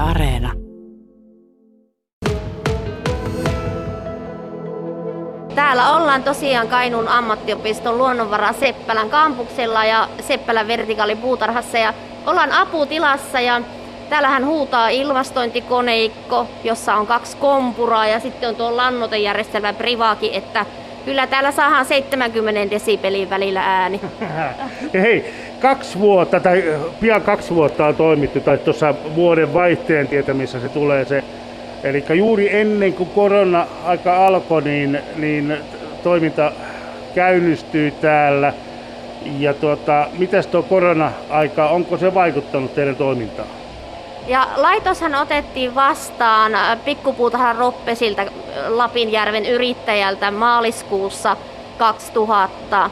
Areena. Täällä ollaan tosiaan Kainuun ammattiopiston luonnonvara Seppälän kampuksella ja Seppälän vertikaalipuutarhassa ja ollaan aputilassa ja täällähän huutaa ilmastointikoneikko, jossa on 2 kompuraa ja sitten on tuo lannoitejärjestelmä Privaki, että kyllä täällä saadaan 70 desibelin välillä ääni. Hei, 2 vuotta tai pian 2 vuotta on toimittu, tai tuossa vuoden vaihteen tietämissä se tulee se. Eli juuri ennen kuin korona-aika alkoi, niin toiminta käynnistyy täällä. Ja mitäs tuo korona-aika, onko se vaikuttanut teidän toimintaan? Ja laitoshan otettiin vastaan Pikkupuutarha Roppesilta Lapinjärven yrittäjältä maaliskuussa 2000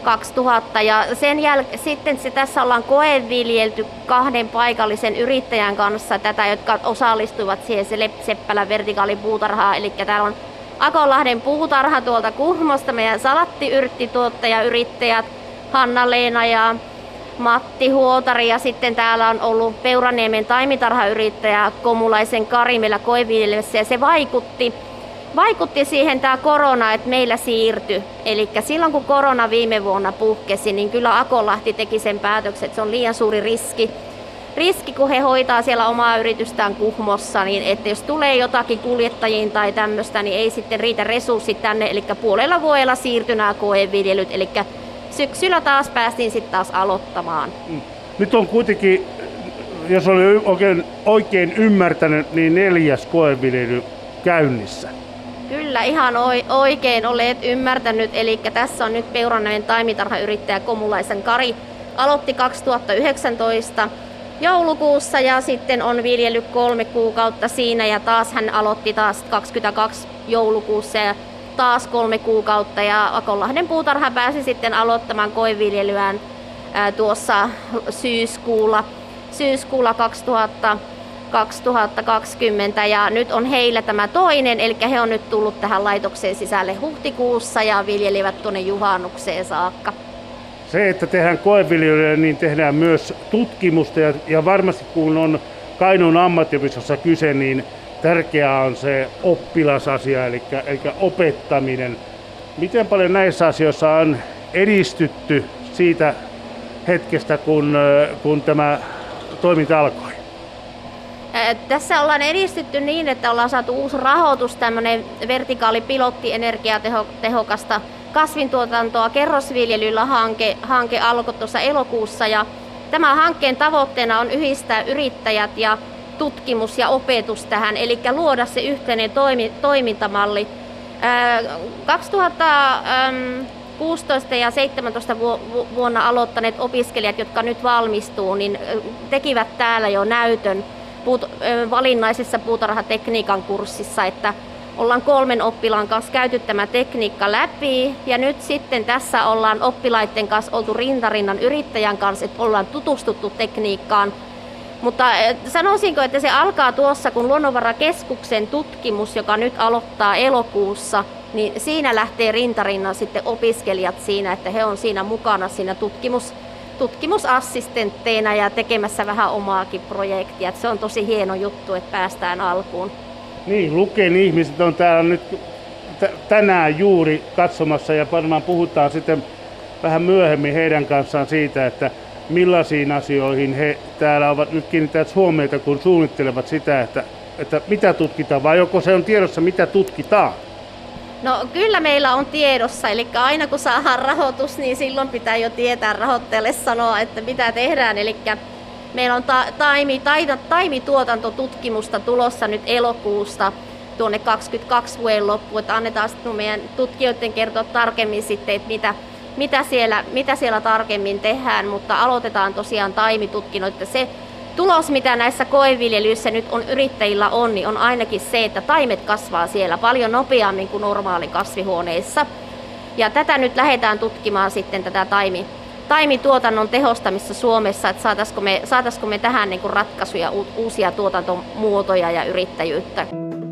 ja sitten tässä ollaan koeviljelty 2 paikallisen yrittäjän kanssa tätä, jotka osallistuivat siihen Seppälän vertikaalipuutarhaan. Eli täällä on Akonlahden puutarha tuolta Kuhmosta, meidän salattiyrttituottajayrittäjät Hanna-Leena ja Matti Huotari, ja sitten täällä on ollut Peuraniemen taimitarhayrittäjä Komulaisen Kari meillä koeviljelyssä, ja se vaikutti siihen tämä korona, että meillä siirtyi. Eli silloin kun korona viime vuonna puhkesi, niin kyllä Akonlahti teki sen päätöksen, että se on liian suuri riski kun he hoitaa siellä omaa yritystään Kuhmossa, niin että jos tulee jotakin kuljettajiin tai tämmöistä, niin ei sitten riitä resurssit tänne, eli puolella vuodella siirtyi nämä koeviljelyt, eli syksyllä taas päästiin sitten taas aloittamaan. Nyt on kuitenkin, jos olen oikein ymmärtänyt, niin 4. koeviljely käynnissä. Kyllä, ihan oikein olet ymmärtänyt. Eli tässä on nyt Peuraniemen taimitarhayrittäjä Komulaisen Kari. Aloitti 2019 joulukuussa ja sitten on viljellyt 3 kuukautta siinä ja taas hän aloitti taas 22 joulukuussa ja taas 3 kuukautta ja Akonlahden puutarha pääsi sitten aloittamaan koeviljelyään tuossa syyskuulla 2020 ja nyt on heillä tämä toinen, eli he on nyt tullut tähän laitokseen sisälle huhtikuussa ja viljelivät tuonne juhannukseen saakka. Se, että tehdään koeviljelyä, niin tehdään myös tutkimusta ja varmasti kun on Kainuun ammattiopistossa kyse, niin tärkeää on se oppilasasia, eli opettaminen. Miten paljon näissä asioissa on edistytty siitä hetkestä, kun tämä toiminta alkoi? Tässä ollaan edistytty niin, että ollaan saatu uusi rahoitus, tämmöinen vertikaalipilotti energiatehokasta kasvintuotantoa kerrosviljelyllä hanke alkoi tuossa elokuussa ja tämän hankkeen tavoitteena on yhdistää yrittäjät ja tutkimus ja opetus tähän, eli luoda se yhteinen toimintamalli. 2016 ja 2017 vuonna aloittaneet opiskelijat, jotka nyt valmistuu, niin tekivät täällä jo näytön valinnaisessa puutarhatekniikan kurssissa, että ollaan 3 oppilaan kanssa käyty tämä tekniikka läpi ja nyt sitten tässä ollaan oppilaiden kanssa oltu rintarinnan yrittäjän kanssa, että ollaan tutustuttu tekniikkaan. Mutta sanoisinko, että se alkaa tuossa, kun Luonnonvarakeskuksen tutkimus, joka nyt aloittaa elokuussa, niin siinä lähtee rintarinnan sitten opiskelijat siinä, että he on siinä mukana siinä tutkimusassistentteina ja tekemässä vähän omaakin projektia. Että se on tosi hieno juttu, että päästään alkuun. Niin, Luken ihmiset on täällä nyt tänään juuri katsomassa ja varmaan puhutaan sitten vähän myöhemmin heidän kanssaan siitä, että millaisiin asioihin he täällä ovat nyt kiinnittäneet huomiota, kun suunnittelevat sitä, että mitä tutkitaan, vai joko se on tiedossa, mitä tutkitaan? No kyllä meillä on tiedossa, eli aina kun saadaan rahoitus, niin silloin pitää jo tietää rahoittajalle sanoa, että mitä tehdään. Eli meillä on taimituotantotutkimusta tulossa nyt elokuusta tuonne 22 vuoden loppuun, että annetaan sitten meidän tutkijoiden kertoa tarkemmin sitten, että mitä siellä tarkemmin tehdään, mutta aloitetaan tosiaan taimitutkinnot. Se tulos, mitä näissä koeviljelyissä nyt on yrittäjillä on, niin on ainakin se, että taimet kasvaa siellä paljon nopeammin kuin normaali kasvihuoneissa. Ja tätä nyt lähdetään tutkimaan sitten tätä taimituotannon tehostamista Suomessa, että saataisiko me tähän niin kuin ratkaisuja, uusia tuotantomuotoja ja yrittäjyyttä.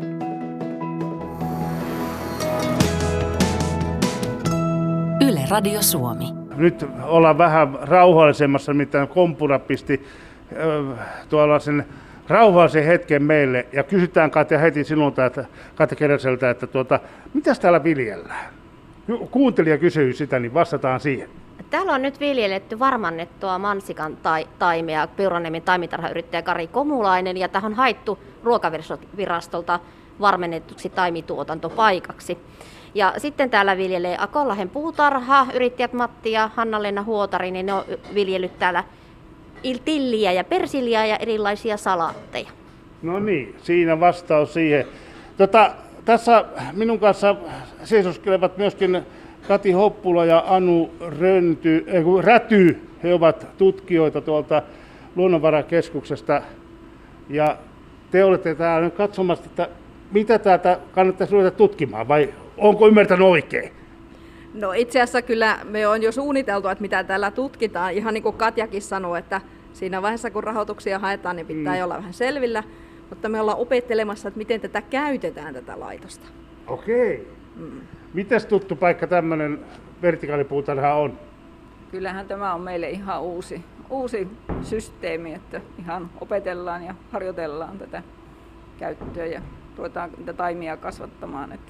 Yle Radio Suomi. Nyt ollaan vähän rauhallisemmassa, mitä Kompura pisti tuolla sen rauhallisen hetken meille ja kysytään Katja heti sinulta, Katja Keräseltä, että mitäs täällä viljellään? Kuuntelija kysyy sitä, niin vastataan siihen. Täällä on nyt viljelletty varmannettua mansikan taimea Peuraniemen taimitarhayrittäjä Kari Komulainen, ja tähän on haettu Ruokavirastolta varmennetuksi taimituotantopaikaksi. Ja sitten täällä viljelee Akollahen puutarha, yrittäjät Matti ja Hanna-Leena Huotari, niin ne on viljellyt täällä tilliä ja persiliaa ja erilaisia salaatteja. No niin, siinä vastaus siihen. Tässä minun kanssa seisoskelevat myöskin Kati Hoppula ja Anu Räty. He ovat tutkijoita tuolta Luonnonvarakeskuksesta. Ja te olette täällä nyt katsomassa, että mitä täältä kannattaisi ruveta tutkimaan, vai onko ymmärtänyt oikein? No itse asiassa kyllä me on jo suunniteltu, että mitä täällä tutkitaan. Ihan niin kuin Katjakin sanoi, että siinä vaiheessa kun rahoituksia haetaan, niin pitää olla vähän selvillä. Mutta me ollaan opettelemassa, että miten tätä käytetään, tätä laitosta. Okei. Mites tuttu paikka tämmöinen vertikaalipuutarha on? Kyllähän tämä on meille ihan uusi systeemi, että ihan opetellaan ja harjoitellaan tätä käyttöä ja ruvetaan niitä taimia kasvattamaan. Että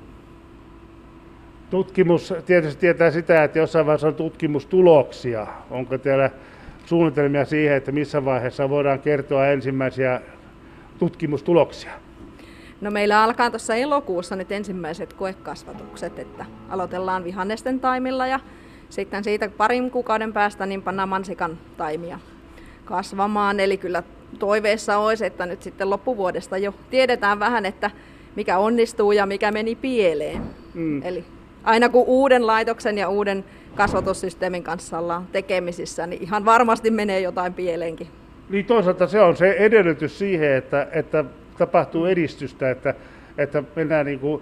Tutkimus tietysti tietää sitä, että jossain vaiheessa on tutkimustuloksia. Onko teillä suunnitelmia siihen, että missä vaiheessa voidaan kertoa ensimmäisiä tutkimustuloksia? No meillä alkaa tuossa elokuussa nyt ensimmäiset koekasvatukset, että aloitellaan vihannesten taimilla ja sitten siitä parin kuukauden päästä niin pannaan mansikan taimia kasvamaan. Eli kyllä toiveessa olisi, että nyt sitten loppuvuodesta jo tiedetään vähän, että mikä onnistuu ja mikä meni pieleen. Eli aina kun uuden laitoksen ja uuden kasvatussysteemin kanssa ollaan tekemisissä, niin ihan varmasti menee jotain pieleenkin. Niin toisaalta se on se edellytys siihen, että tapahtuu edistystä, että mennään niin kuin,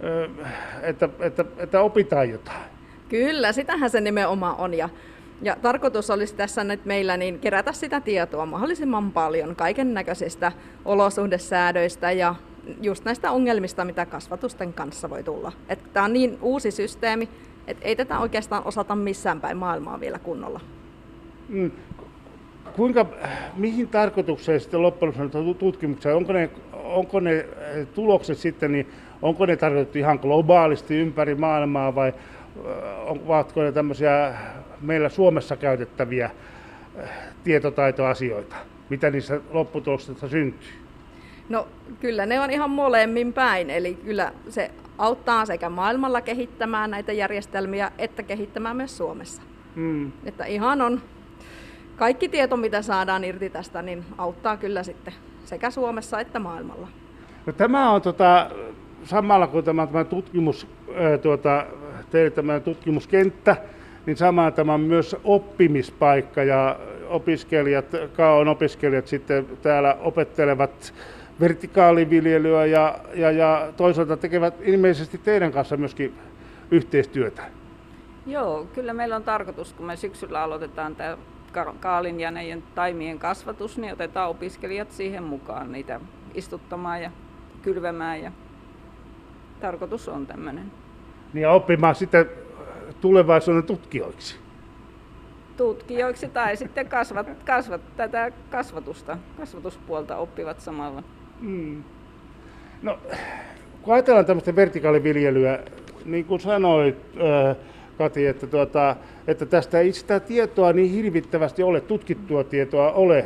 että opitaan jotain. Kyllä, sitähän se nimenomaan on. Ja tarkoitus olisi tässä nyt meillä niin kerätä sitä tietoa mahdollisimman paljon kaiken näköisistä olosuhdesäädöistä ja just näistä ongelmista, mitä kasvatusten kanssa voi tulla. Tämä on niin uusi systeemi, että ei tätä oikeastaan osata missään päin maailmaa vielä kunnolla. Mihin tarkoitukseen sitten loppujen lopuksi tutkimuksia, onko ne tulokset sitten, niin onko ne tarkoitettu ihan globaalisti ympäri maailmaa vai ovatko ne tämmöisiä meillä Suomessa käytettäviä tietotaitoasioita, mitä niissä lopputuloksissa syntyy? No kyllä ne on ihan molemmin päin, eli kyllä se auttaa sekä maailmalla kehittämään näitä järjestelmiä että kehittämään myös Suomessa. Että ihan on kaikki tieto, mitä saadaan irti tästä, niin auttaa kyllä sitten sekä Suomessa että maailmalla. No, tämä on samalla kuin tämä tutkimus, teille tämä tutkimuskenttä, niin samalla tämä on myös oppimispaikka ja KAOn opiskelijat sitten täällä opettelevat vertikaaliviljelyä ja toisaalta tekevät ilmeisesti teidän kanssa myöskin yhteistyötä. Joo, kyllä meillä on tarkoitus, kun me syksyllä aloitetaan tämä kaalin ja näiden taimien kasvatus, niin otetaan opiskelijat siihen mukaan niitä istuttamaan ja kylvämään ja tarkoitus on tämmöinen. Niin ja oppimaan sitten tulevaisuuden tutkijoiksi. Tutkijoiksi tai sitten tätä kasvatuspuolta oppivat samalla. No, kun ajatellaan tämmöistä vertikaaliviljelyä, niin kuin sanoit Kati, että tästä ei sitä tietoa niin hirvittävästi ole, tutkittua tietoa ole.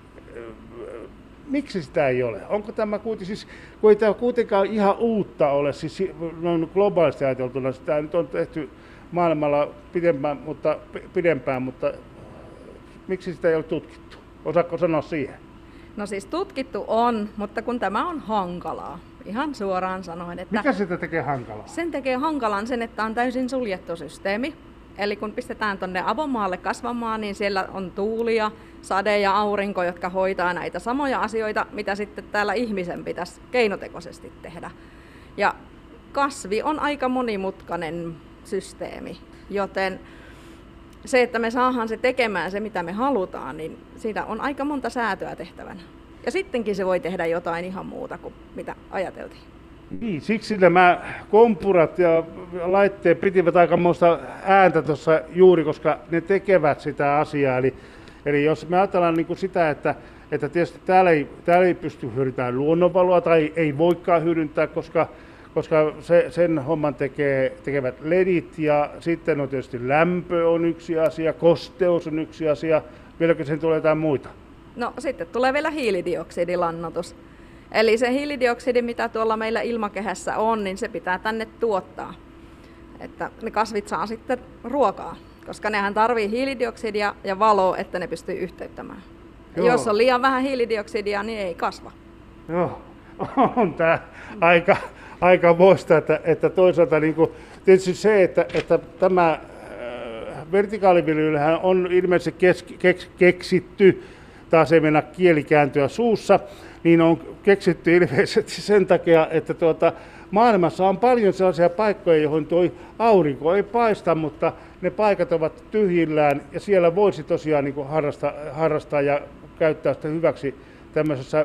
Miksi sitä ei ole? Onko tämä kun ei tämä kuitenkaan ihan uutta ole, siis noin globaalisti ajateltuna, sitä nyt on tehty maailmalla pidempään, mutta miksi sitä ei ole tutkittu? Osaatko sanoa siihen? No siis tutkittu on, mutta kun tämä on hankalaa, ihan suoraan sanoen. Että mikä sitä tekee hankalaa? Sen tekee hankalan sen, että on täysin suljettu systeemi. Eli kun pistetään tuonne avomaalle kasvamaan, niin siellä on tuulia, sade ja aurinko, jotka hoitaa näitä samoja asioita, mitä sitten täällä ihmisen pitäisi keinotekoisesti tehdä. Ja kasvi on aika monimutkainen systeemi, joten se, että me saadaan se tekemään se, mitä me halutaan, niin siitä on aika monta säätöä tehtävänä. Ja sittenkin se voi tehdä jotain ihan muuta kuin mitä ajateltiin. Niin, siksi nämä kompurat ja laitteet pitivät aikamoista ääntä tuossa juuri, koska ne tekevät sitä asiaa. Eli jos me ajatellaan niin kuin sitä, että että tietysti täällä ei pysty hyödyntämään luonnonvaloa tai ei voikaan hyödyntää, koska sen homman tekevät ledit ja sitten on tietysti lämpö on yksi asia, kosteus on yksi asia. Vieläkö sen tulee jotain muita? No sitten tulee vielä hiilidioksidilannoitus. Eli se hiilidioksidi, mitä tuolla meillä ilmakehässä on, niin se pitää tänne tuottaa. Että ne kasvit saa sitten ruokaa, koska nehän tarvii hiilidioksidia ja valoa, että ne pystyy yhteyttämään. Ja jos on liian vähän hiilidioksidia, niin ei kasva. Joo, on tämä aika muista, että toisaalta niin kuin, tietysti se, että tämä vertikaaliviljelyhän on ilmeisesti keksitty, taas ei mennä kielikääntöä suussa, niin on keksitty ilmeisesti sen takia, että maailmassa on paljon sellaisia paikkoja, joihin tuo aurinko ei paista, mutta ne paikat ovat tyhjillään ja siellä voisi tosiaan niin kuin harrastaa ja käyttää sitä hyväksi tämmöisessä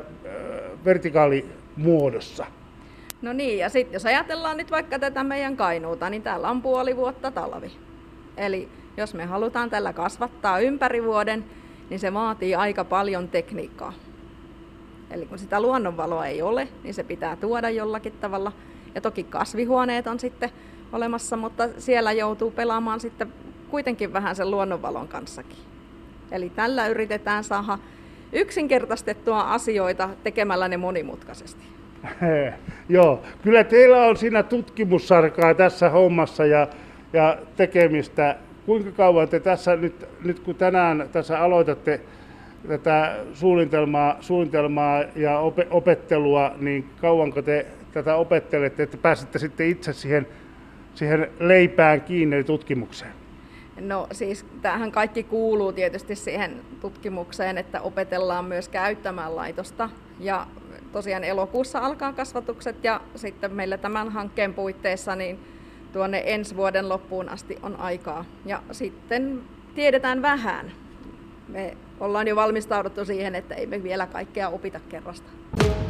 vertikaalimuodossa. No niin, ja sitten jos ajatellaan nyt vaikka tätä meidän Kainuuta, niin täällä on puoli vuotta talvi. Eli jos me halutaan tällä kasvattaa ympäri vuoden, niin se vaatii aika paljon tekniikkaa. Eli kun sitä luonnonvaloa ei ole, niin se pitää tuoda jollakin tavalla. Ja toki kasvihuoneet on sitten olemassa, mutta siellä joutuu pelaamaan sitten kuitenkin vähän sen luonnonvalon kanssakin. Eli tällä yritetään saada yksinkertaistettua asioita tekemällä ne monimutkaisesti. Joo, kyllä teillä on siinä tutkimussarkaa tässä hommassa ja tekemistä. Kuinka kauan te tässä nyt kun tänään tässä aloitatte tätä suunnitelmaa ja opettelua, niin kauanko te tätä opettelette, että pääsette sitten itse siihen leipään kiinni tutkimukseen? No siis tämähän kaikki kuuluu tietysti siihen tutkimukseen, että opetellaan myös käyttämään laitosta. Ja tosiaan elokuussa alkaa kasvatukset ja sitten meillä tämän hankkeen puitteissa niin tuonne ensi vuoden loppuun asti on aikaa. Ja sitten tiedetään vähän. Me ollaan jo valmistauduttu siihen, että ei me vielä kaikkea opita kerrasta.